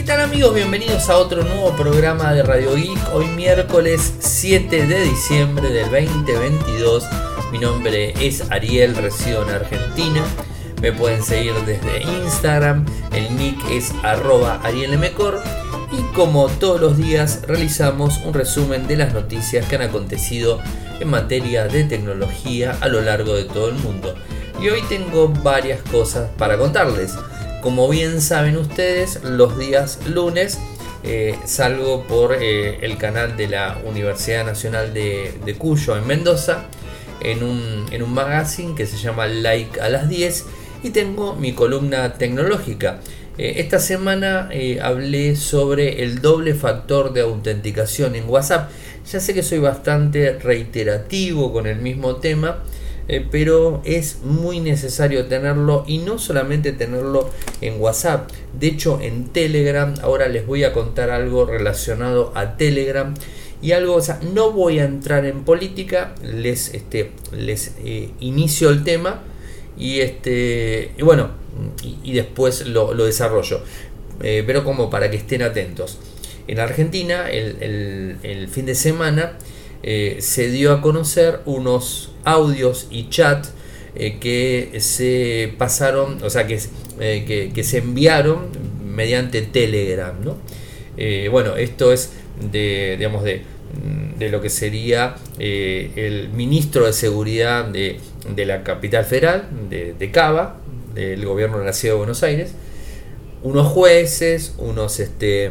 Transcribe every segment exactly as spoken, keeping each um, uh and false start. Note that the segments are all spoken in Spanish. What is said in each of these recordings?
tal amigos? Bienvenidos a otro nuevo programa de Radio Geek. Hoy miércoles siete de diciembre del veinte veintidós. Mi nombre es Ariel, resido en Argentina. Me pueden seguir desde Instagram, el nick es arroba arielmcor. Y como todos los días realizamos un resumen de las noticias que han acontecido en materia de tecnología a lo largo de todo el mundo. Y hoy tengo varias cosas para contarles. Como bien saben ustedes, los días lunes eh, salgo por eh, el canal de la Universidad Nacional de, de Cuyo en Mendoza en un, en un magazine que se llama Like a las diez y tengo mi columna tecnológica. Eh, esta semana eh, hablé sobre el doble factor de autenticación en WhatsApp. Ya sé que soy bastante reiterativo con el mismo tema, Eh, pero es muy necesario tenerlo, y no solamente tenerlo en WhatsApp. De hecho, en Telegram, ahora les voy a contar algo relacionado a Telegram y algo, o sea, no voy a entrar en política, les, este, les eh, inicio el tema y, este, y bueno, y, y después lo, lo desarrollo, eh, pero como para que estén atentos. En Argentina, el, el, el fin de semana, Eh, se dio a conocer unos audios y chat eh, que se pasaron, o sea, que, eh, que, que se enviaron mediante Telegram, ¿no? Eh, bueno, esto es de, digamos, de, de lo que sería eh, el ministro de Seguridad de, de la capital federal, de, de Cava, del gobierno de la ciudad de Buenos Aires, unos jueces, unos, este,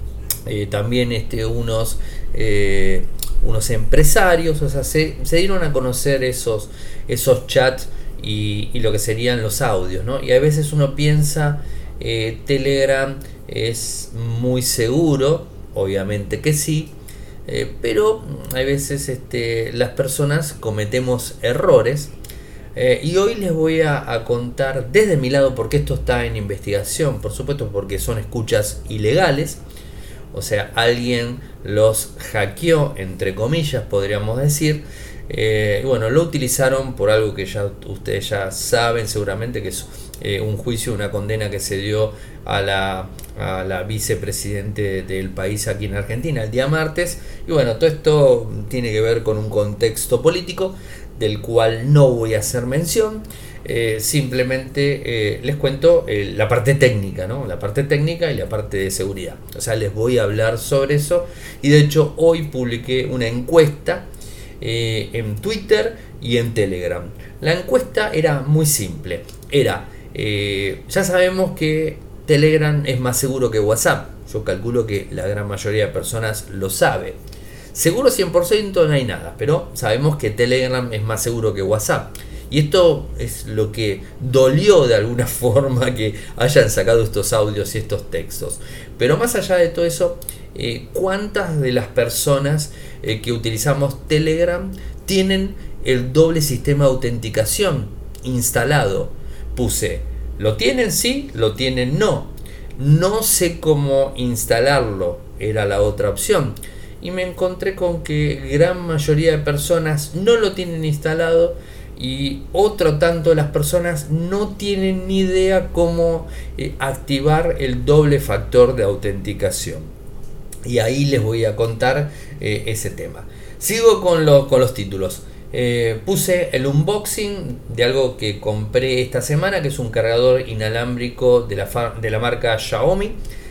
eh, también, este, unos eh, unos empresarios, o sea, se, se dieron a conocer esos, esos chats y, y lo que serían los audios, ¿no? Y a veces uno piensa, eh, Telegram es muy seguro, obviamente que sí, eh, pero a veces este, las personas cometemos errores, eh, y hoy les voy a, a contar desde mi lado, porque esto está en investigación, por supuesto, porque son escuchas ilegales. O sea, alguien los hackeó, entre comillas, podríamos decir. Eh, y bueno, lo utilizaron por algo que ya ustedes ya saben seguramente, que es eh, un juicio, una condena que se dio a la, a la vicepresidente del país aquí en Argentina el día martes. Y bueno, todo esto tiene que ver con un contexto político del cual no voy a hacer mención. Eh, simplemente eh, les cuento eh, la parte técnica, ¿no? La parte técnica y la parte de seguridad. O sea, les voy a hablar sobre eso. Y de hecho hoy publiqué una encuesta eh, en Twitter y en Telegram. La encuesta era muy simple. Era, eh, ya sabemos que Telegram es más seguro que WhatsApp. Yo calculo que la gran mayoría de personas lo sabe. Seguro cien por ciento no hay nada, pero sabemos que Telegram es más seguro que WhatsApp. Y esto es lo que dolió de alguna forma, que hayan sacado estos audios y estos textos. Pero más allá de todo eso, eh, ¿cuántas de las personas eh, que utilizamos Telegram tienen el doble sistema de autenticación instalado? Puse, ¿lo tienen? Sí, ¿lo tienen? No. No sé cómo instalarlo, era la otra opción. Y me encontré con que gran mayoría de personas no lo tienen instalado, y otro tanto de las personas no tienen ni idea cómo eh, activar el doble factor de autenticación. Y ahí les voy a contar eh, ese tema. Sigo con, lo, con los títulos. Eh, puse el unboxing de algo que compré esta semana, que es un cargador inalámbrico de la, de la marca Xiaomi.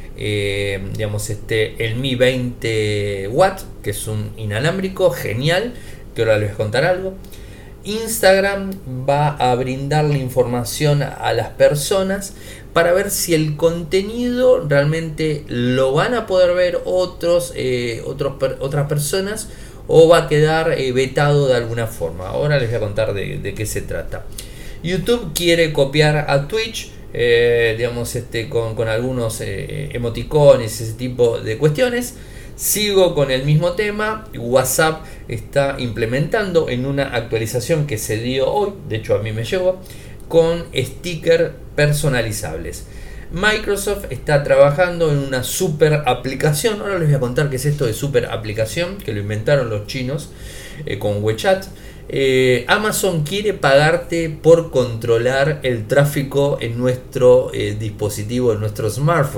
Eh, digamos este el Mi veinte watt, que es un inalámbrico genial, que ahora les voy a contar algo. Instagram va a brindarle información a las personas para ver si el contenido realmente lo van a poder ver otros, eh, otros otras personas, o va a quedar eh, vetado de alguna forma. Ahora les voy a contar de, de qué se trata. YouTube quiere copiar a Twitch, eh, digamos este con, con algunos eh, emoticones, ese tipo de cuestiones. Sigo con el mismo tema. WhatsApp está implementando en una actualización que se dio hoy, de hecho a mí me llegó, con stickers personalizables. Microsoft está trabajando en una super aplicación. Ahora les voy a contar qué es esto de super aplicación, que lo inventaron los chinos eh, con WeChat. Eh, Amazon quiere pagarte por controlar el tráfico en nuestro eh, dispositivo, en nuestro smartphone.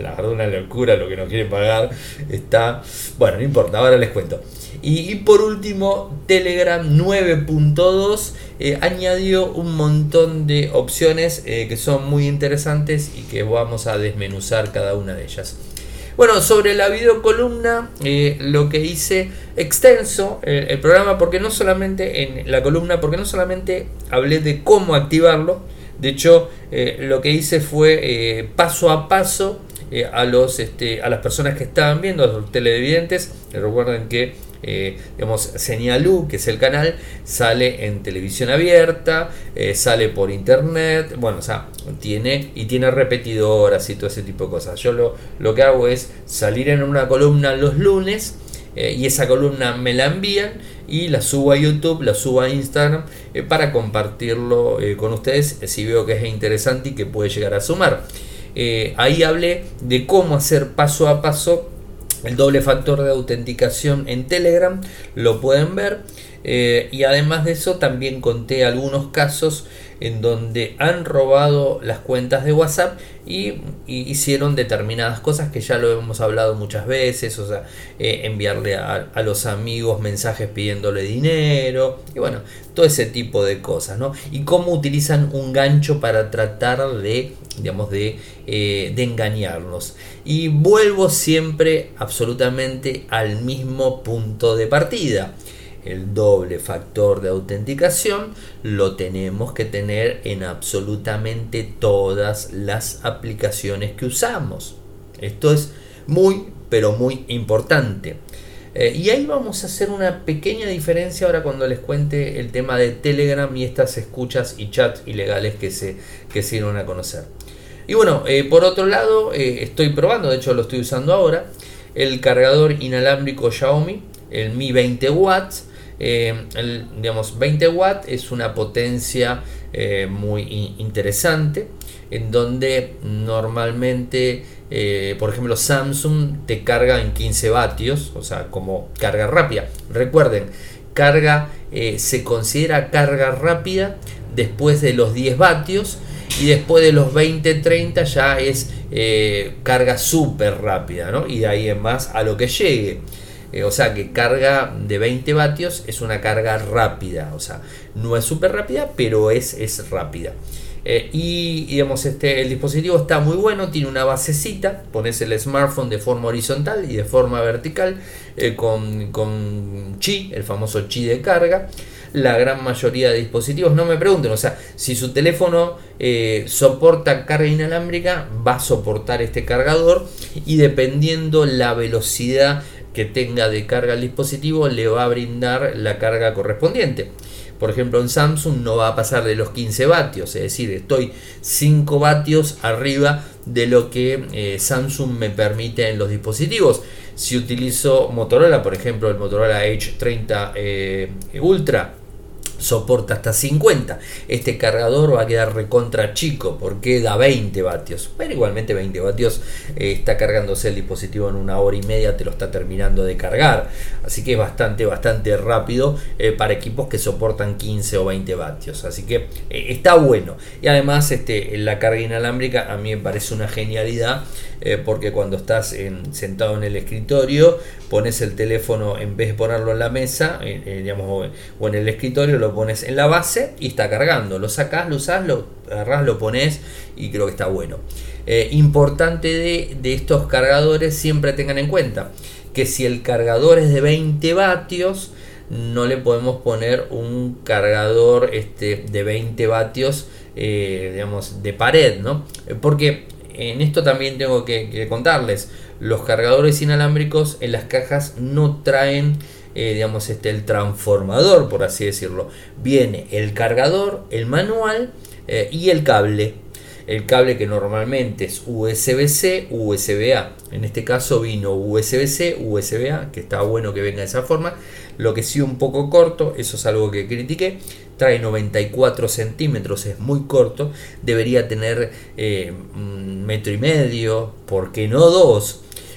la verdad una locura lo que nos quieren pagar. Está, bueno, no importa, ahora les cuento. Y, y por último, Telegram nueve punto dos eh, añadió un montón de opciones eh, que son muy interesantes y que vamos a desmenuzar cada una de ellas. Bueno, sobre la videocolumna, eh, lo que hice extenso eh, el programa, porque no solamente en la columna, porque no solamente hablé de cómo activarlo, de hecho eh, lo que hice fue eh, paso a paso eh, a los este, a las personas que estaban viendo, a los televidentes. Recuerden que eh, digamos, Señalú, que es el canal, sale en televisión abierta, eh, sale por internet, bueno, o sea, tiene y tiene repetidoras y todo ese tipo de cosas. Yo lo, lo que hago es salir en una columna los lunes eh, y esa columna me la envían y la subo a YouTube, la subo a Instagram eh, para compartirlo eh, con ustedes eh, si veo que es interesante y que puede llegar a sumar. Eh, ahí hablé de cómo hacer paso a paso el doble factor de autenticación en Telegram, lo pueden ver. Eh, y además de eso también conté algunos casos en donde han robado las cuentas de WhatsApp y, y hicieron determinadas cosas que ya lo hemos hablado muchas veces, o sea, eh, enviarle a, a los amigos mensajes pidiéndole dinero y bueno, todo ese tipo de cosas, ¿no? Y cómo utilizan un gancho para tratar de, digamos, de, eh, de engañarnos. Y vuelvo siempre absolutamente al mismo punto de partida. El doble factor de autenticación lo tenemos que tener en absolutamente todas las aplicaciones que usamos. Esto es muy, pero muy importante. Eh, y ahí vamos a hacer una pequeña diferencia ahora cuando les cuente el tema de Telegram y estas escuchas y chats ilegales que se, que se dieron a conocer. Y bueno, eh, por otro lado, eh, estoy probando, de hecho lo estoy usando ahora, el cargador inalámbrico Xiaomi, el Mi veinte watts. Eh, el, digamos, veinte watts es una potencia eh, muy in- interesante, en donde normalmente, eh, por ejemplo, Samsung te carga en quince vatios, o sea, como carga rápida. Recuerden, carga eh, se considera carga rápida después de los diez vatios y después de los veinte treinta ya es eh, carga súper rápida, ¿no? Y de ahí en más a lo que llegue. Eh, o sea que carga de veinte vatios es una carga rápida, o sea, no es súper rápida, pero es, es rápida. Eh, y digamos, este, el dispositivo está muy bueno, tiene una basecita, pones el smartphone de forma horizontal y de forma vertical eh, con, con Qi, el famoso Qi de carga. La gran mayoría de dispositivos, no me pregunten, o sea, si su teléfono eh, soporta carga inalámbrica, va a soportar este cargador y dependiendo la velocidad que tenga de carga el dispositivo le va a brindar la carga correspondiente. Por ejemplo, en Samsung no va a pasar de los quince vatios, es decir, estoy cinco vatios arriba de lo que eh, Samsung me permite en los dispositivos. Si utilizo Motorola, por ejemplo, el Motorola Edge treinta eh, Ultra soporta hasta cincuenta. Este cargador va a quedar recontra chico porque da veinte vatios, pero igualmente veinte vatios eh, está cargándose el dispositivo en una hora y media, te lo está terminando de cargar, así que es bastante bastante rápido eh, para equipos que soportan quince o veinte vatios, así que eh, está bueno. Y además este, la carga inalámbrica a mí me parece una genialidad eh, porque cuando estás en, sentado en el escritorio pones el teléfono, en vez de ponerlo en la mesa eh, eh, digamos, o en el escritorio, lo pones en la base y está cargando, lo sacás, lo usás, lo agarrás, lo pones y creo que está bueno. Eh, importante de, de estos cargadores, siempre tengan en cuenta que si el cargador es de veinte vatios no le podemos poner un cargador este, de veinte vatios eh, digamos de pared, ¿no? Porque en esto también tengo que, que contarles, los cargadores inalámbricos en las cajas no traen Eh, digamos este el transformador, por así decirlo. Viene el cargador, el manual eh, y el cable. El cable que normalmente es U S B C, U S B A. En este caso vino U S B C, U S B A, que está bueno que venga de esa forma. Lo que sí un poco corto, eso es algo que critiqué. Trae noventa y cuatro centímetros, es muy corto. Debería tener eh, un metro y medio, ¿por qué no dos?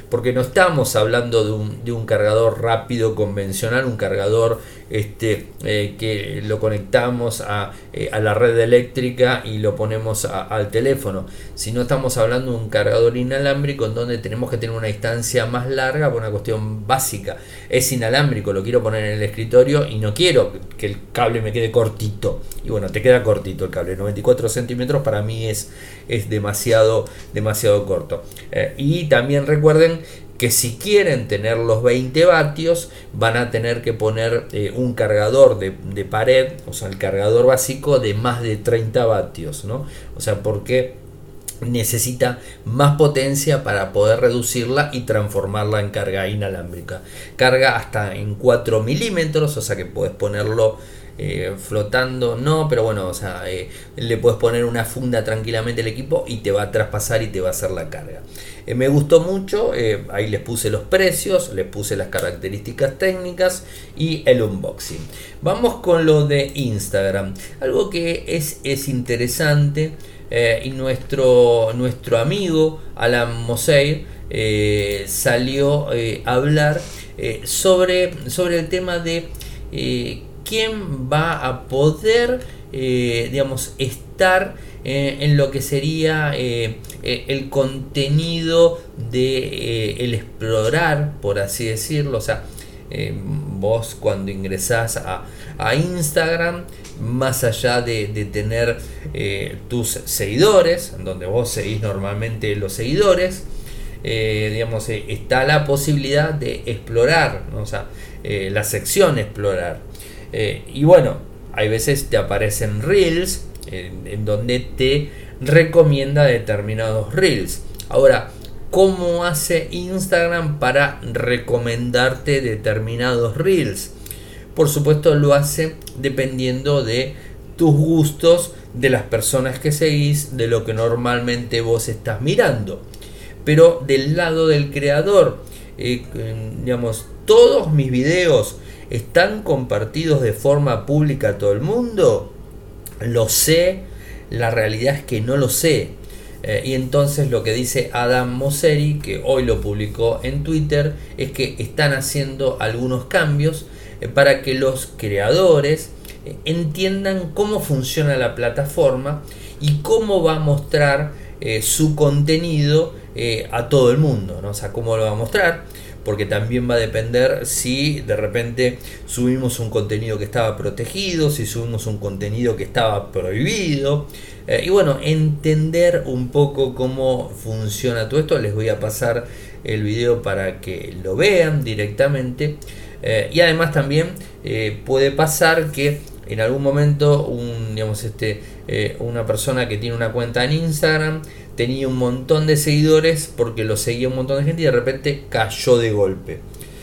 porque no estamos hablando de un, de un cargador rápido convencional, un cargador este, eh, que lo conectamos a, eh, a la red eléctrica y lo ponemos a, al teléfono, sino estamos hablando de un cargador inalámbrico en donde tenemos que tener una distancia más larga por una cuestión básica. Es inalámbrico, lo quiero poner en el escritorio y no quiero que el cable me quede cortito, y bueno, te queda cortito el cable, noventa y cuatro centímetros para mí es, es demasiado, demasiado corto. Eh, y también recuerden que si quieren tener los veinte vatios van a tener que poner eh, un cargador de, de pared, o sea el cargador básico de más de treinta vatios, ¿no? O sea, porque necesita más potencia para poder reducirla y transformarla en carga inalámbrica. Carga hasta en cuatro milímetros, o sea que puedes ponerlo eh, flotando, no, pero bueno, o sea, eh, le puedes poner una funda tranquilamente al equipo y te va a traspasar y te va a hacer la carga. Eh, me gustó mucho, eh, ahí les puse los precios, les puse las características técnicas y el unboxing. Vamos con lo de Instagram, algo que es, es interesante. Eh, y nuestro, nuestro amigo Alan Mosseri eh, salió eh, a hablar eh, sobre, sobre el tema de eh, quién va a poder eh, digamos, estar eh, en lo que sería eh, eh, el contenido de eh, el explorar, por así decirlo. O sea, eh, vos cuando ingresás a, a Instagram, más allá de, de tener eh, tus seguidores, donde vos seguís normalmente los seguidores, eh, digamos, eh, está la posibilidad de explorar, ¿no? O sea, eh, la sección explorar. Eh, y bueno, hay veces te aparecen reels en, en donde te recomienda determinados reels. Ahora, ¿cómo hace Instagram para recomendarte determinados reels? Por supuesto lo hace dependiendo de tus gustos, de las personas que seguís, de lo que normalmente vos estás mirando. Pero del lado del creador, eh, digamos, todos mis videos están compartidos de forma pública a todo el mundo. Lo sé, la realidad es que no lo sé. Eh, y entonces lo que dice Adam Mosseri, que hoy lo publicó en Twitter, es que están haciendo algunos cambios para que los creadores entiendan cómo funciona la plataforma y cómo va a mostrar eh, su contenido eh, a todo el mundo, ¿no? O sea, cómo lo va a mostrar, porque también va a depender si de repente subimos un contenido que estaba protegido, si subimos un contenido que estaba prohibido. Eh, y bueno, entender un poco cómo funciona todo esto. Les voy a pasar el video para que lo vean directamente. Eh, y además también eh, puede pasar que en algún momento un, digamos, este, eh, una persona que tiene una cuenta en Instagram tenía un montón de seguidores porque lo seguía un montón de gente y de repente cayó de golpe.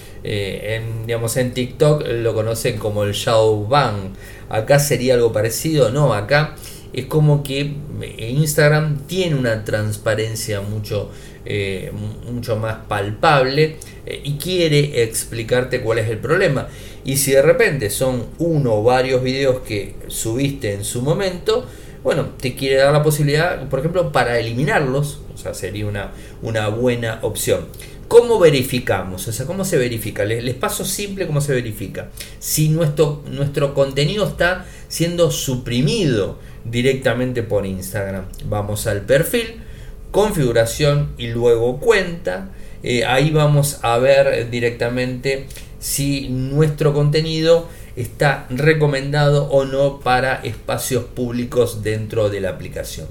Eh, en, digamos, en TikTok lo conocen como el shadow ban. Acá sería algo parecido. No, acá es como que Instagram tiene una transparencia mucho, eh, mucho más palpable eh, y quiere explicarte cuál es el problema. Y si de repente son uno o varios videos que subiste en su momento, bueno, te quiere dar la posibilidad, por ejemplo, para eliminarlos. O sea, sería una, una buena opción. ¿Cómo verificamos? O sea, ¿cómo se verifica? Les, les paso simple cómo se verifica. Si nuestro, nuestro contenido está siendo suprimido directamente por Instagram, vamos al perfil, configuración y luego cuenta. Eh, ahí vamos a ver directamente si nuestro contenido está recomendado o no para espacios públicos dentro de la aplicación.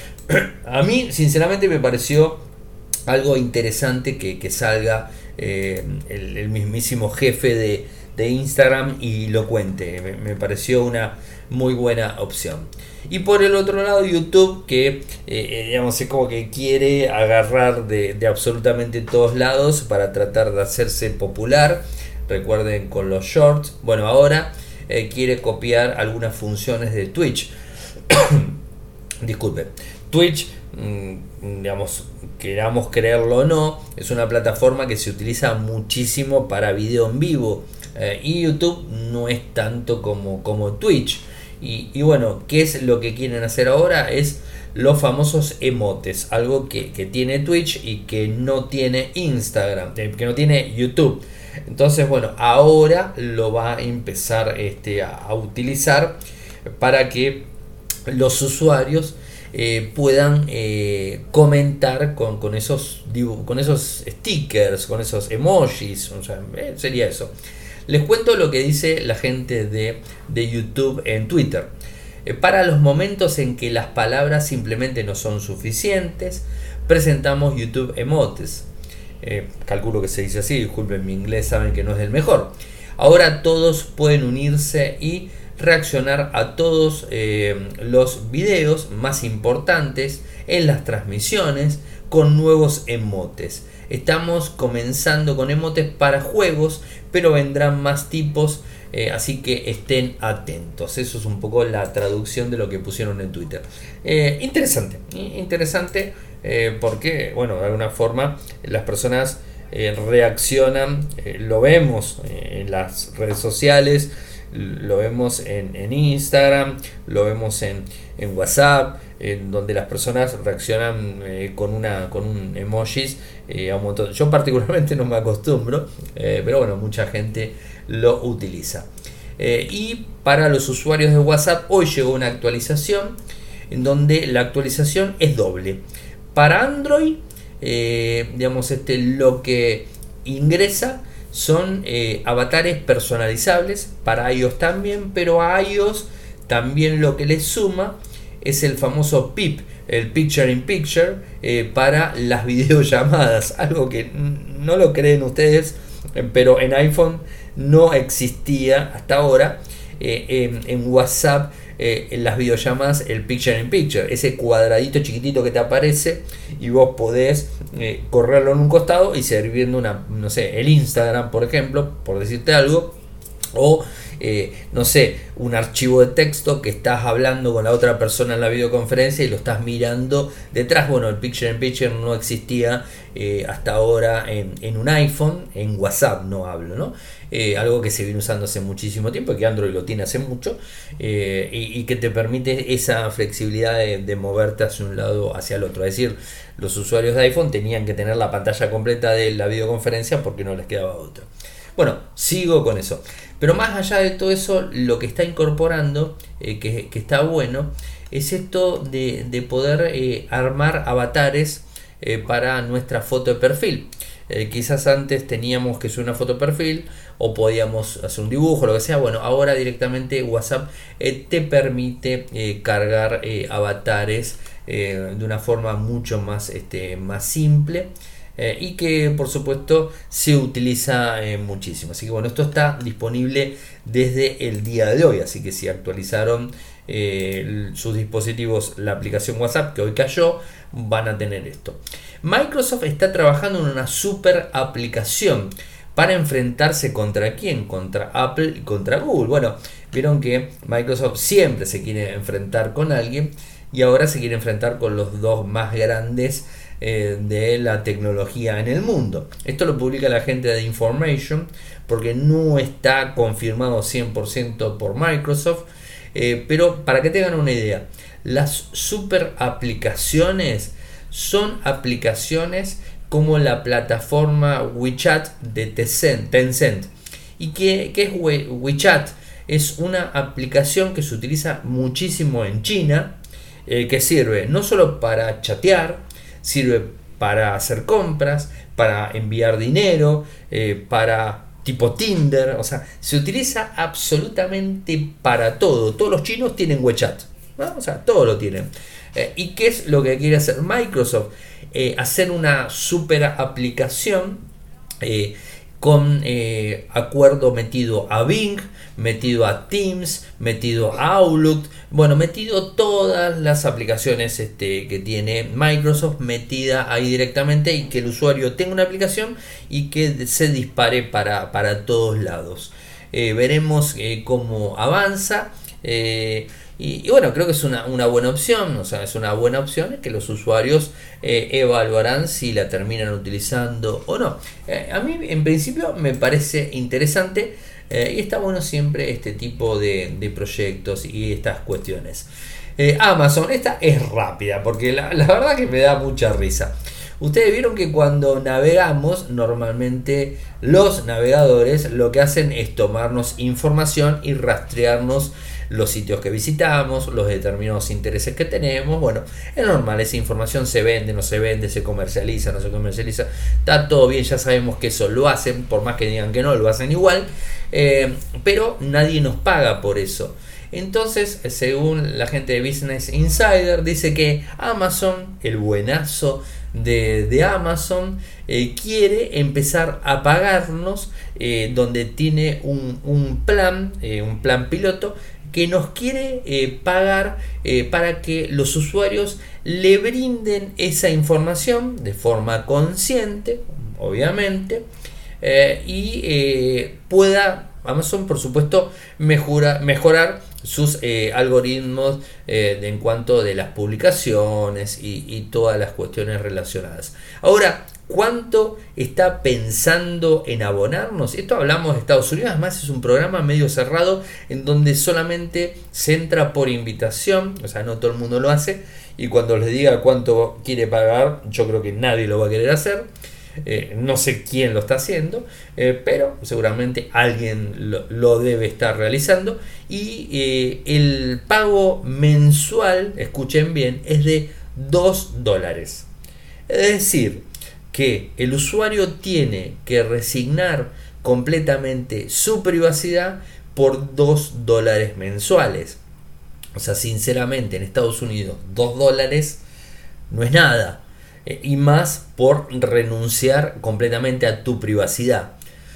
A mí, sinceramente, me pareció algo interesante que, que salga eh, el, el mismísimo jefe de, de Instagram y lo cuente. Me, me pareció una muy buena opción. Y por el otro lado, YouTube, que eh, digamos, es como que quiere agarrar de, de absolutamente todos lados para tratar de hacerse popular. Recuerden con los shorts. Bueno, ahora eh, quiere copiar algunas funciones de Twitch. Disculpe. Twitch, mmm, digamos, queramos creerlo o no, es una plataforma que se utiliza muchísimo para video en vivo. Eh, y YouTube no es tanto como, como Twitch. Y, y bueno, ¿qué es lo que quieren hacer ahora? Es los famosos emotes, algo que, que tiene Twitch y que no tiene Instagram, que no tiene YouTube. Entonces, bueno, ahora lo va a empezar este, a, a utilizar para que los usuarios eh, puedan eh, comentar con, con, esos, con esos stickers, con esos emojis, o sea, eh, sería eso. Les cuento lo que dice la gente de, de YouTube en Twitter. Eh, para los momentos en que las palabras simplemente no son suficientes, presentamos YouTube Emotes. Eh, calculo que se dice así, disculpen mi inglés, saben que no es del mejor. Ahora todos pueden unirse y reaccionar a todos eh, los videos más importantes en las transmisiones con nuevos emotes. Estamos comenzando con emotes para juegos, pero vendrán más tipos, eh, así que estén atentos. Eso es un poco la traducción de lo que pusieron en Twitter. Eh, interesante, interesante eh, porque, bueno, de alguna forma las personas eh, reaccionan, eh, lo vemos eh, en las redes sociales, lo vemos en, en Instagram, lo vemos en, en WhatsApp, en donde las personas reaccionan eh, con una con un emojis eh, a un montón. Yo particularmente no me acostumbro, eh, pero bueno, mucha gente lo utiliza. Eh, y para los usuarios de WhatsApp, hoy llegó una actualización en donde la actualización es doble. Para Android, eh, digamos, este, lo que ingresa son eh, avatares personalizables, para iOS también, pero a iOS también lo que le suma es el famoso P I P, el Picture in Picture, eh, para las videollamadas, algo que no lo creen ustedes, pero en iPhone no existía hasta ahora. Eh, en, en WhatsApp, eh, en las videollamadas, el Picture in Picture, ese cuadradito chiquitito que te aparece y vos podés eh, correrlo en un costado y seguir viendo una, no sé, el Instagram, por ejemplo, por decirte algo, o eh, no sé, un archivo de texto que estás hablando con la otra persona en la videoconferencia y lo estás mirando detrás. Bueno, el Picture in Picture no existía eh, hasta ahora en, en un iPhone, en WhatsApp no hablo, ¿no? Eh, algo que se viene usando hace muchísimo tiempo, que Android lo tiene hace mucho, eh, y, y que te permite esa flexibilidad de, de moverte hacia un lado hacia el otro. Es decir, los usuarios de iPhone tenían que tener la pantalla completa de la videoconferencia porque no les quedaba otra. Bueno, sigo con eso. Pero más allá de todo eso, lo que está incorporando, eh, que, que está bueno, es esto de, de poder eh, armar avatares eh, para nuestra foto de perfil. Eh, quizás antes teníamos que subir una foto de perfil o podíamos hacer un dibujo, lo que sea. Bueno, ahora directamente WhatsApp eh, te permite eh, cargar eh, avatares eh, de una forma mucho más, este, más simple. Eh, y que por supuesto se utiliza eh, muchísimo. Así que bueno, esto está disponible desde el día de hoy, así que si actualizaron eh, sus dispositivos la aplicación WhatsApp, que hoy cayó, van a tener esto. Microsoft está trabajando en una super aplicación para enfrentarse contra quién, contra Apple y contra Google. Bueno, vieron que Microsoft siempre se quiere enfrentar con alguien y ahora se quiere enfrentar con los dos más grandes de la tecnología en el mundo. Esto lo publica la gente de Information porque no está confirmado cien por ciento por Microsoft, eh, pero para que tengan una idea, las super aplicaciones son aplicaciones como la plataforma WeChat de Tencent. ¿Y qué, qué es We, WeChat? Es una aplicación que se utiliza muchísimo en China, eh, que sirve no solo para chatear, sirve para hacer compras, para enviar dinero, eh, para tipo Tinder, o sea, se utiliza absolutamente para todo. Todos los chinos tienen WeChat, ¿no? O sea, todo lo tienen. Eh, ¿Y qué es lo que quiere hacer Microsoft? Eh, hacer una super aplicación eh, con eh, acuerdo metido a Bing, metido a Teams, metido a Outlook, bueno, metido todas las aplicaciones este, que tiene Microsoft metida ahí directamente, y que el usuario tenga una aplicación y que se dispare para, para todos lados. Eh, veremos eh, cómo avanza. Eh, Y, y bueno, creo que es una, una buena opción, o sea, es una buena opción que los usuarios eh, evaluarán si la terminan utilizando o no. Eh, a mí en principio me parece interesante, Eh, y está bueno siempre este tipo de, de proyectos y estas cuestiones. Eh, Amazon, esta es rápida porque la, la verdad que me da mucha risa. Ustedes vieron que cuando navegamos, normalmente los navegadores lo que hacen es tomarnos información y rastrearnos los sitios que visitamos, los determinados intereses que tenemos. Bueno, es normal, esa información se vende, no se vende, se comercializa, no se comercializa, está todo bien, ya sabemos que eso lo hacen, por más que digan que no, lo hacen igual, eh, pero nadie nos paga por eso. Entonces, según la gente de Business Insider, dice que Amazon, el buenazo de, de Amazon, eh, quiere empezar a pagarnos, eh, donde tiene un, un plan, eh, un plan piloto, que nos quiere eh, pagar eh, para que los usuarios le brinden esa información de forma consciente, obviamente, eh, y eh, pueda Amazon, por supuesto, mejora, mejorar sus eh, algoritmos eh, de, en cuanto de las publicaciones y, y todas las cuestiones relacionadas. Ahora, ¿cuánto está pensando en abonarnos? Esto hablamos de Estados Unidos, además es un programa medio cerrado en donde solamente se entra por invitación, o sea, no todo el mundo lo hace, y cuando les diga cuánto quiere pagar, yo creo que nadie lo va a querer hacer. Eh, no sé quién lo está haciendo, eh, pero seguramente alguien lo, lo debe estar realizando. Y eh, el pago mensual, escuchen bien, es de dos dólares. Es decir, que el usuario tiene que resignar completamente su privacidad por dos dólares mensuales. O sea, sinceramente, en Estados Unidos, dos dólares no es nada. Eh, y más por renunciar completamente a tu privacidad.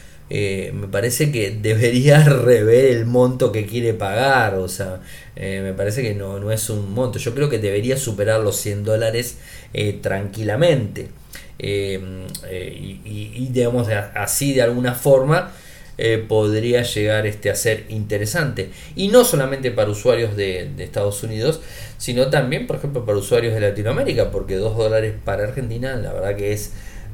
Eh, me parece que debería rever el monto que quiere pagar. O sea, eh, me parece que no, no es un monto. Yo creo que debería superar los cien dólares eh, tranquilamente. Eh, eh, y, y, y digamos así, de alguna forma, Eh, podría llegar este, a ser interesante, y no solamente para usuarios de, de Estados Unidos, sino también, por ejemplo, para usuarios de Latinoamérica, porque dos dólares para Argentina la verdad que es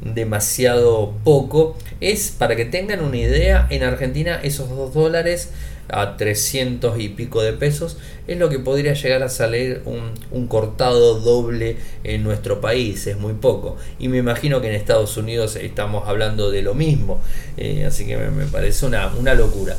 demasiado poco. Es, para que tengan una idea, en Argentina esos dos dólares a trescientos y pico de pesos es lo que podría llegar a salir un, un cortado doble en nuestro país. Es muy poco, y me imagino que en Estados Unidos estamos hablando de lo mismo, eh, así que me, me parece una, una locura,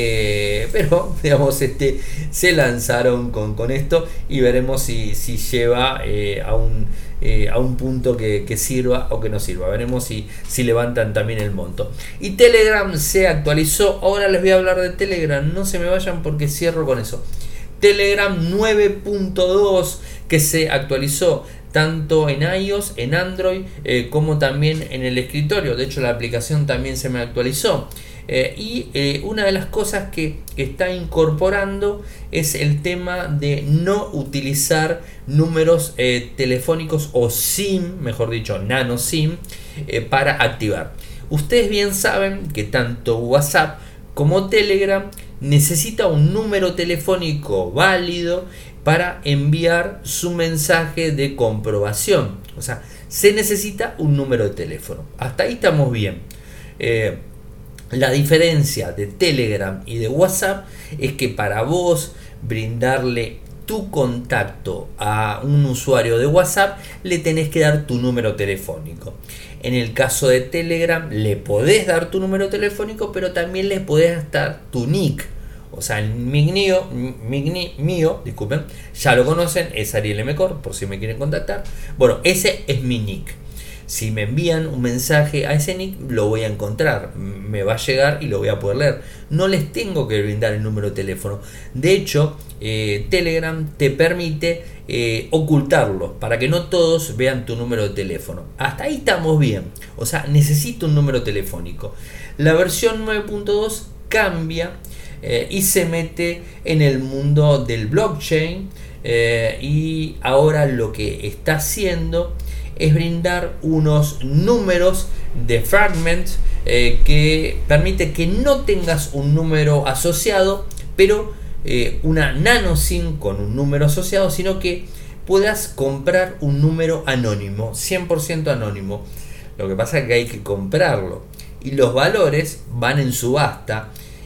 eh, pero digamos, este, se lanzaron con, con esto, y veremos si, si lleva eh, a un Eh, a un punto que, que sirva o que no sirva. Veremos si, si levantan también el monto. Y Telegram se actualizó. Ahora les voy a hablar de Telegram, no se me vayan porque cierro con eso. Telegram nueve punto dos, que se actualizó tanto en iOS, en Android, eh, como también en el escritorio. De hecho, la aplicación también se me actualizó. Eh, y eh, una de las cosas que está incorporando es el tema de no utilizar números eh, telefónicos o SIM, mejor dicho, nano SIM, eh, para activar. Ustedes bien saben que tanto WhatsApp como Telegram necesita un número telefónico válido para enviar su mensaje de comprobación. O sea, se necesita un número de teléfono. Hasta ahí estamos bien. Eh, La diferencia de Telegram y de WhatsApp es que para vos brindarle tu contacto a un usuario de WhatsApp, le tenés que dar tu número telefónico. En el caso de Telegram, le podés dar tu número telefónico, pero también le podés dar tu nick. O sea, mi mío, mi mío, disculpen, ya lo conocen, es Ariel M. Cor, por si me quieren contactar. Bueno, ese es mi nick. Si me envían un mensaje a ese nick, lo voy a encontrar, me va a llegar y lo voy a poder leer. No les tengo que brindar el número de teléfono. De hecho, eh, Telegram te permite eh, ocultarlo para que no todos vean tu número de teléfono. Hasta ahí estamos bien. O sea, necesito un número telefónico. La versión nueve punto dos cambia eh, y se mete en el mundo del blockchain, eh, y ahora lo que está haciendo es brindar unos números de fragments eh, que permite que no tengas un número asociado, pero eh, una nano SIM con un número asociado, sino que puedas comprar un número anónimo, cien por ciento anónimo. Lo que pasa es que hay que comprarlo, y los valores van en subasta,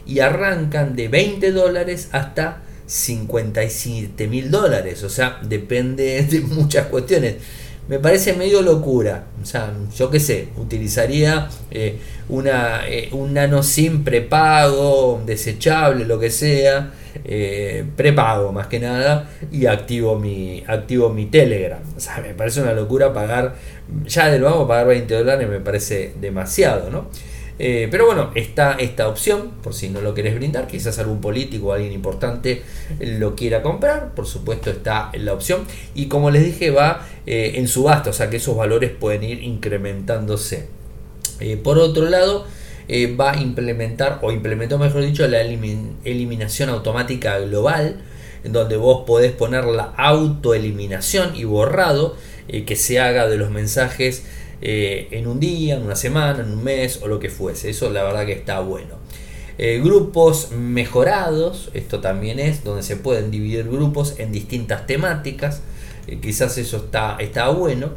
y arrancan de veinte dólares hasta cincuenta y siete mil dólares, o sea, depende de muchas cuestiones. Me parece medio locura, o sea, yo qué sé, utilizaría eh, una, eh, un nano SIM prepago, desechable, lo que sea, eh, prepago más que nada, y activo mi, activo mi Telegram. O sea, me parece una locura pagar, ya de lo vamos a pagar veinte dólares, me parece demasiado, ¿no? Eh, pero bueno, está esta opción, por si no lo querés brindar, quizás algún político o alguien importante lo quiera comprar, por supuesto está la opción, y como les dije va eh, en subasta, o sea que esos valores pueden ir incrementándose. Eh, por otro lado, eh, va a implementar, o implementó mejor dicho, la elimin- eliminación automática global, en donde vos podés poner la autoeliminación y borrado eh, que se haga de los mensajes Eh, en un día, en una semana, en un mes o lo que fuese. Eso la verdad que está bueno. Eh, grupos mejorados, esto también es donde se pueden dividir grupos en distintas temáticas, eh, quizás eso está, está bueno.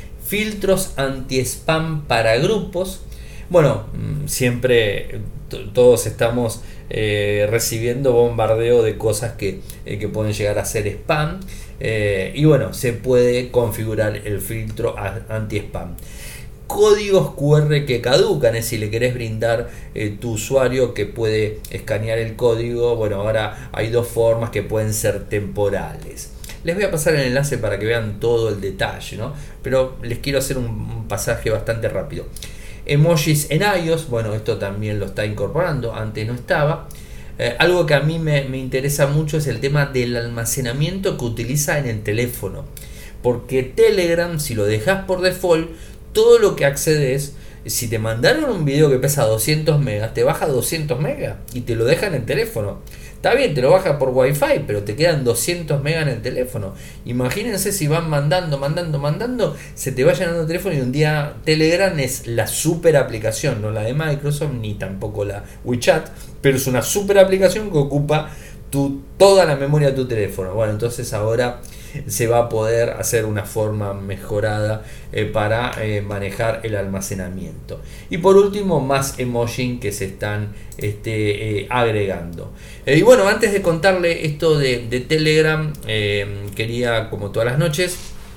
Filtros anti-spam para grupos. Bueno, siempre t- todos estamos eh, recibiendo bombardeo de cosas que, eh, que pueden llegar a ser spam. Eh, y bueno, se puede configurar el filtro anti-spam. Códigos Q R que caducan, es si le querés brindar eh, tu usuario que puede escanear el código. Bueno, ahora hay dos formas que pueden ser temporales. Les voy a pasar el enlace para que vean todo el detalle, ¿no? Pero les quiero hacer un, un pasaje bastante rápido. Emojis en iOS, bueno, esto también lo está incorporando, antes no estaba. Eh, algo que a mí me, me interesa mucho es el tema del almacenamiento que utiliza en el teléfono. Porque Telegram, si lo dejas por default, todo lo que accedes, si te mandaron un video que pesa doscientos megas, te baja doscientos megas y te lo deja en el teléfono. Está bien, te lo baja por Wi-Fi, pero te quedan doscientos megas en el teléfono. Imagínense si van mandando, mandando, mandando, se te va llenando el teléfono y un día Telegram es la super aplicación, no la de Microsoft ni tampoco la WeChat, pero es una super aplicación que ocupa tu, toda la memoria de tu teléfono. Bueno, entonces ahora se va a poder hacer una forma mejorada eh, para eh, manejar el almacenamiento. Y por último, más emojis que se están este, eh, agregando. Eh, y bueno, antes de contarle esto de, de Telegram, eh, quería, como todas las noches,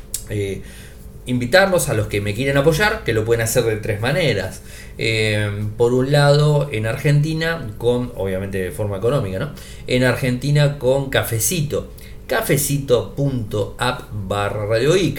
eh, invitarlos a los que me quieren apoyar, que lo pueden hacer de tres maneras. Eh, por un lado, en Argentina, con, obviamente de forma económica, ¿no? En Argentina con Cafecito. Cafecito.app barra radioic.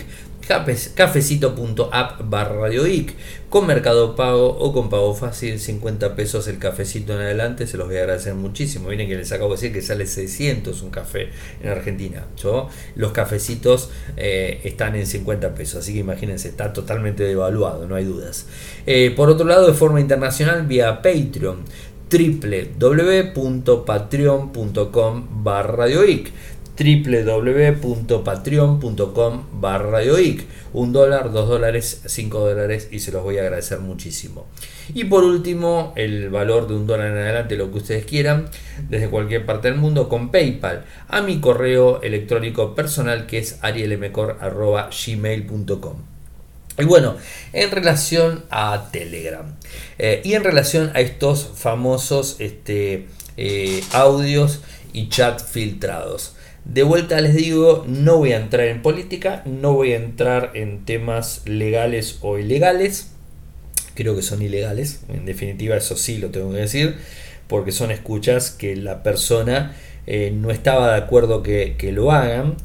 Cafecito.app barra radioic. Con Mercado Pago o con Pago Fácil, cincuenta pesos el cafecito en adelante, se los voy a agradecer muchísimo. Miren que les acabo de decir que sale seiscientos un café en Argentina. Yo, los cafecitos eh, están en cincuenta pesos, así que imagínense, está totalmente devaluado, no hay dudas. Eh, por otro lado, de forma internacional, vía Patreon, doble u doble u doble u punto patreon punto com barra radioic. doble u doble u doble u punto patreon punto com barra radioic. Un dólar, dos dólares, cinco dólares, y se los voy a agradecer muchísimo. Y por último, el valor de un dólar en adelante, lo que ustedes quieran, desde cualquier parte del mundo, con PayPal, a mi correo electrónico personal, que es arielemcor arroba gmail punto com. Y bueno, en relación a Telegram eh, y en relación a estos famosos este, eh, audios y chat filtrados. De vuelta les digo, no voy a entrar en política, no voy a entrar en temas legales o ilegales. Creo que son ilegales, en definitiva eso sí lo tengo que decir, porque son escuchas que la persona eh, no estaba de acuerdo que, que lo hagan.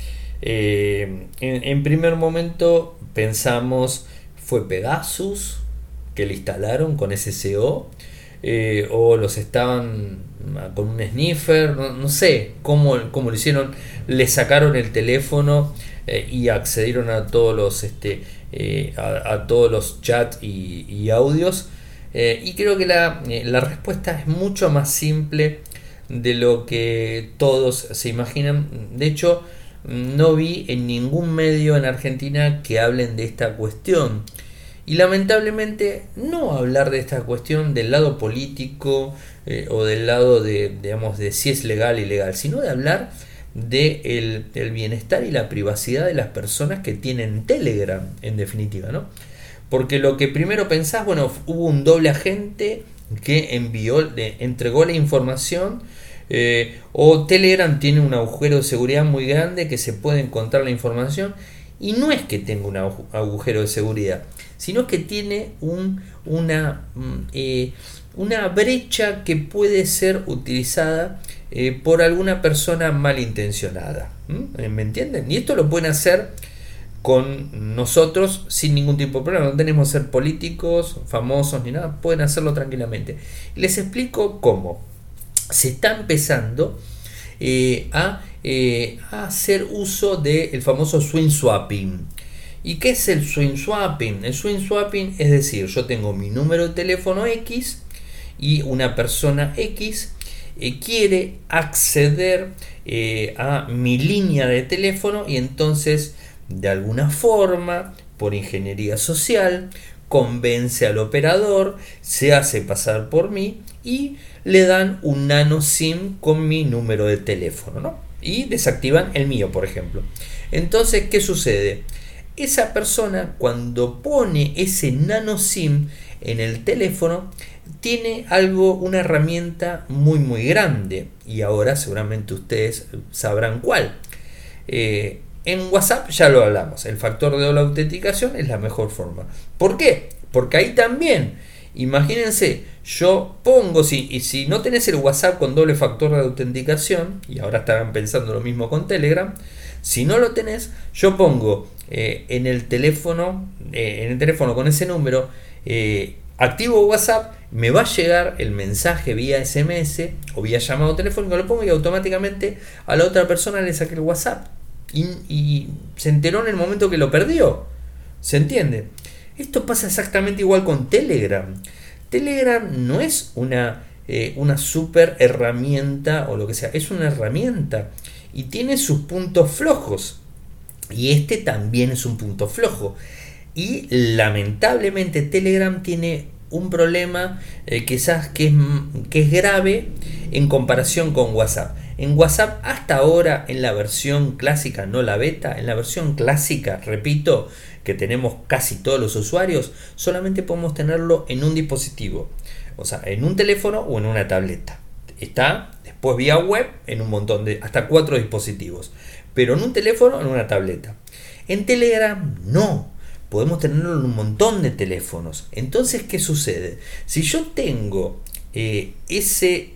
Eh, en, en primer momento pensamos, ¿fue Pegasus que le instalaron con S S O? Eh, o los estaban con un sniffer, no, no sé cómo, cómo lo hicieron, le sacaron el teléfono eh, y accedieron a todos los este, eh, a, a todos los chats y, y audios, eh, y creo que la, eh, la respuesta es mucho más simple de lo que todos se imaginan. De hecho, no vi en ningún medio en Argentina que hablen de esta cuestión. Y lamentablemente no hablar de esta cuestión del lado político eh, o del lado de, digamos, de si es legal o ilegal, sino de hablar de el, el bienestar y la privacidad de las personas que tienen Telegram, en definitiva, ¿no? Porque lo que primero pensás, bueno, hubo un doble agente que envió, le entregó la información, eh, o Telegram tiene un agujero de seguridad muy grande que se puede encontrar la información, y no es que tenga un agujero de seguridad, sino que tiene un, una, eh, una brecha que puede ser utilizada eh, por alguna persona malintencionada. ¿Mm? ¿Me entienden? Y esto lo pueden hacer con nosotros sin ningún tipo de problema. No tenemos que ser políticos, famosos ni nada, pueden hacerlo tranquilamente. Les explico cómo. Se está empezando eh, a, eh, a hacer uso del famoso swing swapping. ¿Y qué es el swing swapping? El swing swapping es decir, yo tengo mi número de teléfono X y una persona X eh, quiere acceder eh, a mi línea de teléfono, y entonces de alguna forma, por ingeniería social, convence al operador, se hace pasar por mí y le dan un nano SIM con mi número de teléfono, ¿no? Y desactivan el mío, por ejemplo. Entonces, ¿qué sucede? Esa persona, cuando pone ese nano SIM en el teléfono, tiene algo, una herramienta muy muy grande, y ahora seguramente ustedes sabrán cuál. Eh, En WhatsApp ya lo hablamos, el factor de doble autenticación es la mejor forma. ¿Por qué? Porque ahí también, imagínense, yo pongo, si, y si no tenés el WhatsApp con doble factor de autenticación, y ahora estarán pensando lo mismo con Telegram, si no lo tenés, yo pongo eh, en el teléfono, eh, en el teléfono con ese número, eh, activo WhatsApp, me va a llegar el mensaje vía S M S o vía llamado telefónico, lo pongo y automáticamente a la otra persona le saqué el WhatsApp. Y, y se enteró en el momento que lo perdió. ¿Se entiende? Esto pasa exactamente igual con Telegram. Telegram no es una, eh, una super herramienta o lo que sea, es una herramienta y tiene sus puntos flojos. Y este también es un punto flojo. Y lamentablemente Telegram tiene un problema eh, quizás que es, que es grave en comparación con WhatsApp. En WhatsApp hasta ahora, en la versión clásica, no la beta, en la versión clásica, repito, que tenemos casi todos los usuarios, solamente podemos tenerlo en un dispositivo, o sea, en un teléfono o en una tableta. Está después vía web en un montón de, hasta cuatro dispositivos, pero en un teléfono o en una tableta. En Telegram no. Podemos tenerlo en un montón de teléfonos. Entonces, ¿qué sucede? Si yo tengo eh, ese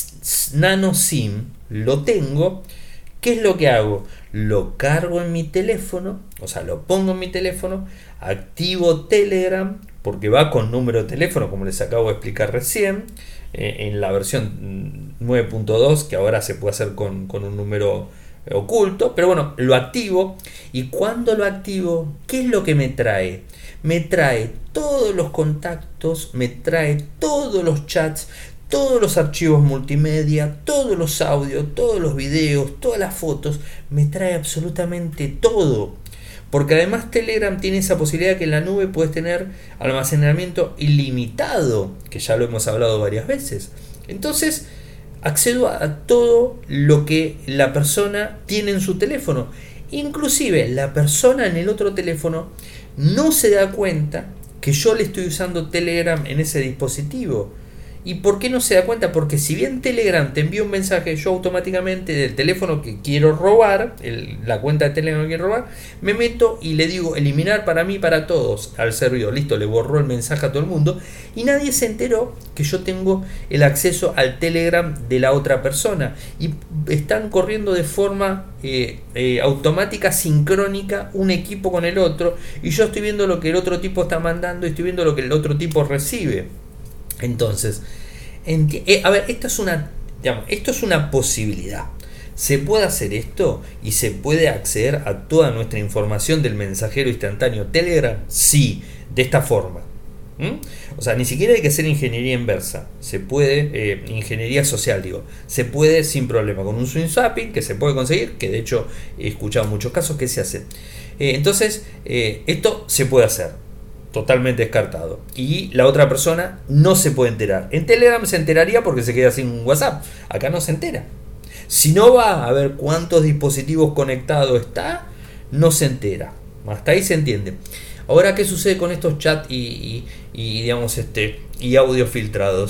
nano SIM, lo tengo, ¿qué es lo que hago? Lo cargo en mi teléfono, o sea, lo pongo en mi teléfono, activo Telegram, porque va con número de teléfono, como les acabo de explicar recién, eh, en la versión nueve punto dos, que ahora se puede hacer con, con un número oculto, pero bueno, lo activo. Y cuando lo activo, ¿qué es lo que me trae? Me trae todos los contactos, me trae todos los chats, todos los archivos multimedia, todos los audios, todos los videos, todas las fotos, me trae absolutamente todo. Porque además Telegram tiene esa posibilidad que en la nube puedes tener almacenamiento ilimitado, que ya lo hemos hablado varias veces. Entonces, accedo a todo lo que la persona tiene en su teléfono. Inclusive la persona en el otro teléfono no se da cuenta que yo le estoy usando Telegram en ese dispositivo. ¿Y por qué no se da cuenta? Porque si bien Telegram te envía un mensaje, yo automáticamente del teléfono que quiero robar, el, la cuenta de Telegram que quiero robar, me meto y le digo eliminar para mí, para todos al servidor. Listo, le borró el mensaje a todo el mundo y nadie se enteró que yo tengo el acceso al Telegram de la otra persona. Y están corriendo de forma eh, eh, automática, sincrónica, un equipo con el otro. Y yo estoy viendo lo que el otro tipo está mandando y estoy viendo lo que el otro tipo recibe. Entonces, enti- eh, a ver, esto es una, digamos, esto es una posibilidad. ¿Se puede hacer esto y se puede acceder a toda nuestra información del mensajero instantáneo Telegram? Sí, de esta forma. ¿Mm? O sea, ni siquiera hay que hacer ingeniería inversa. Se puede, eh, ingeniería social, digo, se puede sin problema con un swing swapping que se puede conseguir, que de hecho he escuchado muchos casos que se hace. Eh, entonces, eh, esto se puede hacer. Totalmente descartado. Y la otra persona no se puede enterar. En Telegram se enteraría porque se queda sin WhatsApp. Acá no se entera. Si no va a ver cuántos dispositivos conectados está, no se entera. Hasta ahí se entiende. Ahora, ¿qué sucede con estos chats y, y, y digamos este y audios filtrados?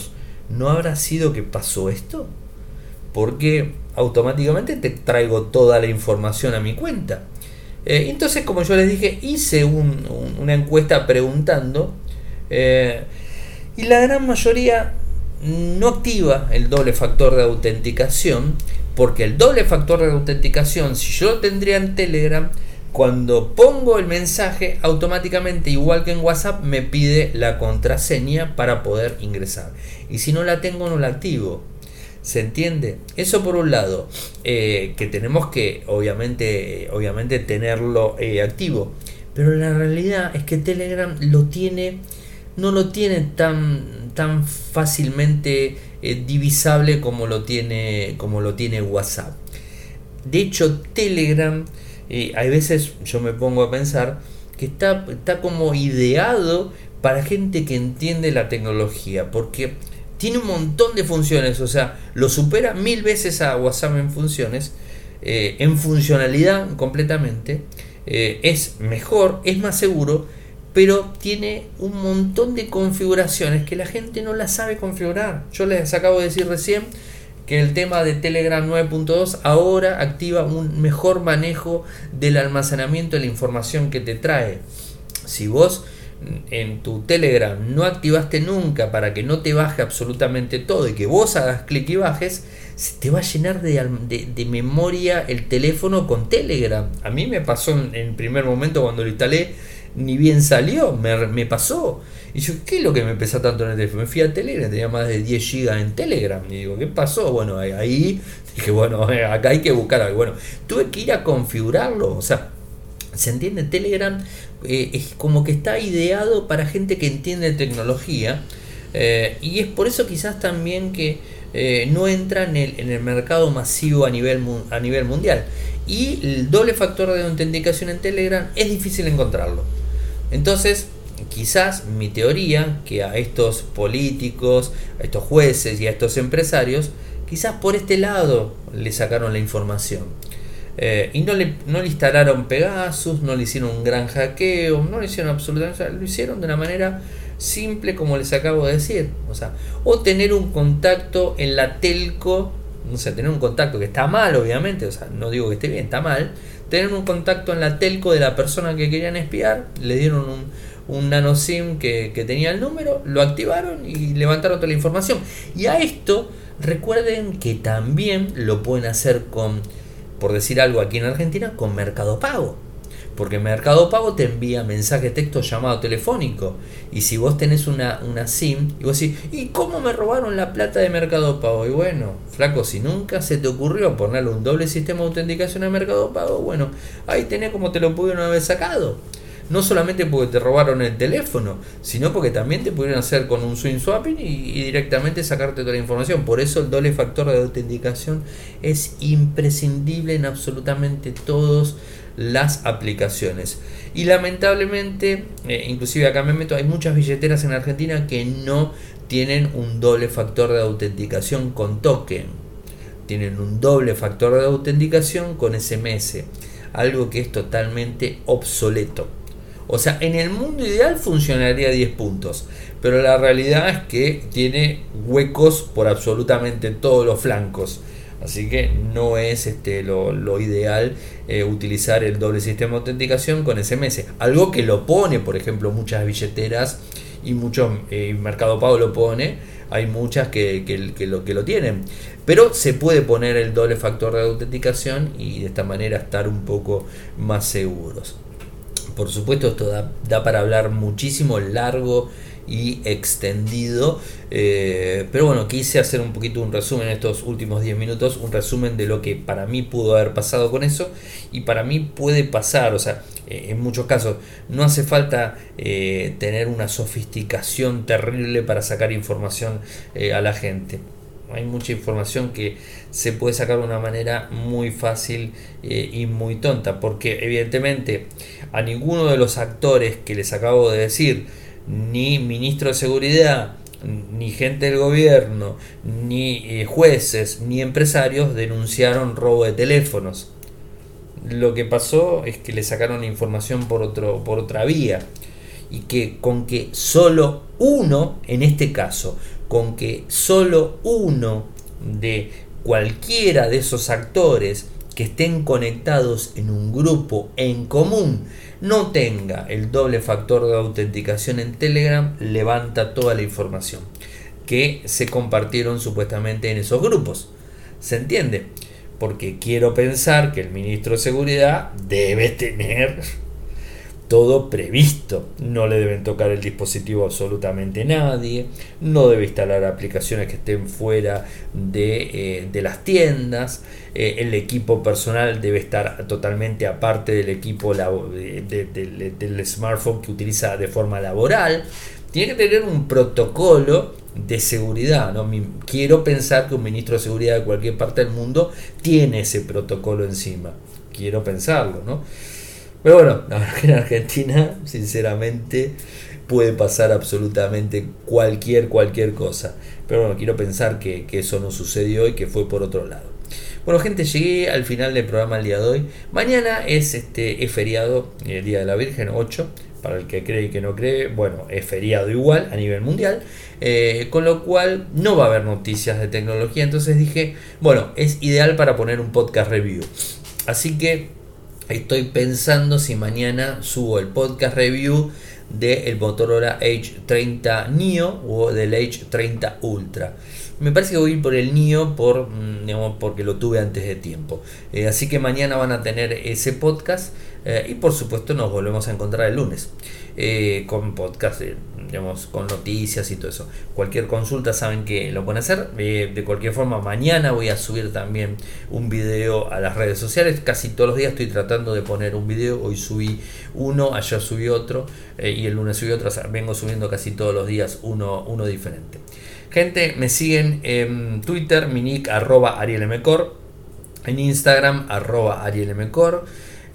¿no habrá sido que pasó esto? Porque automáticamente te traigo toda la información a mi cuenta. Eh, entonces, como yo les dije, hice un, un, una encuesta preguntando eh, y la gran mayoría no activa el doble factor de autenticación, porque el doble factor de autenticación, si yo lo tendría en Telegram, cuando pongo el mensaje, automáticamente, igual que en WhatsApp, me pide la contraseña para poder ingresar. Y si no la tengo, no la activo. ¿Se entiende? Eso por un lado, eh, que tenemos que obviamente, obviamente tenerlo eh, activo. Pero la realidad es que Telegram lo tiene, no lo tiene tan, tan fácilmente eh, divisable como lo tiene, como lo tiene WhatsApp. De hecho, Telegram, eh, hay veces yo me pongo a pensar que está, está como ideado para gente que entiende la tecnología, porque tiene un montón de funciones, o sea, lo supera mil veces a WhatsApp en funciones, eh, en funcionalidad completamente, eh, es mejor, es más seguro, pero tiene un montón de configuraciones que la gente no las sabe configurar. Yo les acabo de decir recién que el tema de Telegram nueve punto dos ahora activa un mejor manejo del almacenamiento de la información que te trae. Si vos en tu Telegram no activaste nunca para que no te baje absolutamente todo y que vos hagas clic y bajes, se te va a llenar de, de, de memoria el teléfono con Telegram. A mí me pasó en el primer momento cuando lo instalé, ni bien salió, me, me pasó. Y yo, ¿qué es lo que me pesa tanto en el teléfono? Me fui a Telegram, tenía más de diez gigas en Telegram. Y digo, ¿qué pasó? Bueno, ahí dije, bueno, acá hay que buscar algo. Bueno, tuve que ir a configurarlo, o sea, ¿se entiende? Telegram eh, es como que está ideado para gente que entiende tecnología, eh, y es por eso quizás también que eh, no entra en el, en el mercado masivo a nivel, a nivel mundial. Y el doble factor de autenticación en Telegram es difícil encontrarlo. Entonces, quizás mi teoría, que a estos políticos, a estos jueces y a estos empresarios, quizás por este lado le sacaron la información. Eh, y no le, no le instalaron Pegasus, no le hicieron un gran hackeo, no le hicieron absolutamente, o sea, lo hicieron de una manera simple, como les acabo de decir. O sea, o tener un contacto en la telco, no sé, tener un contacto que está mal, obviamente, o sea, no digo que esté bien, está mal. Tener un contacto en la telco de la persona que querían espiar, le dieron un, un nano SIM que, que tenía el número, lo activaron y levantaron toda la información. Y a esto, recuerden que también lo pueden hacer con, por decir algo aquí en Argentina, con Mercado Pago. Porque Mercado Pago te envía mensaje, texto, llamado telefónico. Y si vos tenés una, una SIM, y vos decís, ¿y cómo me robaron la plata de Mercado Pago? Y bueno, flaco, si nunca se te ocurrió ponerle un doble sistema de autenticación a Mercado Pago, bueno, ahí tenés como te lo pudieron haber sacado. No solamente porque te robaron el teléfono, sino porque también te pudieron hacer con un swing swapping y, y directamente sacarte toda la información. Por eso el doble factor de autenticación es imprescindible en absolutamente todas las aplicaciones. Y lamentablemente, eh, inclusive acá me meto, hay muchas billeteras en Argentina que no tienen un doble factor de autenticación con token. Tienen un doble factor de autenticación con S M S, algo que es totalmente obsoleto. O sea, en el mundo ideal funcionaría diez puntos, pero la realidad es que tiene huecos por absolutamente todos los flancos. Así que no es este lo, lo ideal eh, utilizar el doble sistema de autenticación con S M S. Algo que lo pone, por ejemplo, muchas billeteras y muchos, eh, Mercado Pago lo pone. Hay muchas que, que, que, lo, que lo tienen. Pero se puede poner el doble factor de autenticación y de esta manera estar un poco más seguros. Por supuesto, esto da, da para hablar muchísimo, largo y extendido, eh, pero bueno, quise hacer un poquito un resumen en estos últimos diez minutos, un resumen de lo que para mí pudo haber pasado con eso y para mí puede pasar. O sea, eh, en muchos casos no hace falta eh, tener una sofisticación terrible para sacar información eh, a la gente. Hay mucha información que se puede sacar de una manera muy fácil eh, y muy tonta, porque evidentemente a ninguno de los actores que les acabo de decir, ni ministro de seguridad, ni gente del gobierno, ni eh, jueces, ni empresarios denunciaron robo de teléfonos. Lo que pasó es que le sacaron información por otro, por otra vía, y que con que solo uno, en este caso, con que solo uno de cualquiera de esos actores que estén conectados en un grupo en común no tenga el doble factor de autenticación en Telegram, levanta toda la información que se compartieron supuestamente en esos grupos. ¿Se entiende? Porque quiero pensar que el ministro de Seguridad debe tener todo previsto. No le deben tocar el dispositivo a absolutamente nadie, no debe instalar aplicaciones que estén fuera de, eh, de las tiendas, eh, el equipo personal debe estar totalmente aparte del equipo labo- de, de, de, del smartphone que utiliza de forma laboral. Tiene que tener un protocolo de seguridad, ¿no? Quiero pensar que un ministro de seguridad de cualquier parte del mundo tiene ese protocolo encima. Quiero pensarlo, ¿no? Pero bueno, la verdad que en Argentina, sinceramente, puede pasar absolutamente cualquier, cualquier cosa. Pero bueno, quiero pensar que, que eso no sucedió y que fue por otro lado. Bueno, gente, llegué al final del programa el día de hoy. Mañana es, este, es feriado, el Día de la Virgen, ocho. Para el que cree y que no cree, bueno, es feriado igual a nivel mundial. Eh, con lo cual no va a haber noticias de tecnología. Entonces dije, bueno, es ideal para poner un podcast review. Así que estoy pensando si mañana subo el podcast review del Motorola Edge treinta Neo o del Edge treinta Ultra. Me parece que voy a ir por el Neo por, digamos, porque lo tuve antes de tiempo. Eh, así que mañana van a tener ese podcast eh, y por supuesto nos volvemos a encontrar el lunes eh, con podcast, eh, digamos, con noticias y todo eso. Cualquier consulta saben que lo pueden hacer. Eh, de cualquier forma, mañana voy a subir también un video a las redes sociales. Casi todos los días estoy tratando de poner un video. Hoy subí uno, ayer subí otro eh, y el lunes subí otro. O sea, vengo subiendo casi todos los días uno, uno diferente. Gente, me siguen en Twitter, mi nick arroba arielmcor, en Instagram arroba arielmcor,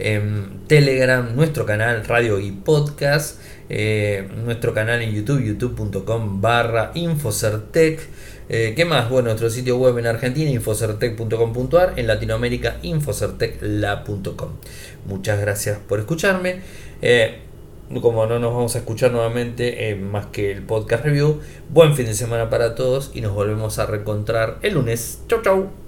en Telegram, nuestro canal Radio y Podcast, eh, nuestro canal en YouTube, youtube.com barra Infocertec. Eh, ¿Qué más? Bueno, nuestro sitio web en Argentina, infocertec punto com punto a r, en Latinoamérica, infocertecla punto com. Muchas gracias por escucharme. Eh, Como no nos vamos a escuchar nuevamente eh, más que el podcast review, buen fin de semana para todos y nos volvemos a reencontrar el lunes. Chau chau.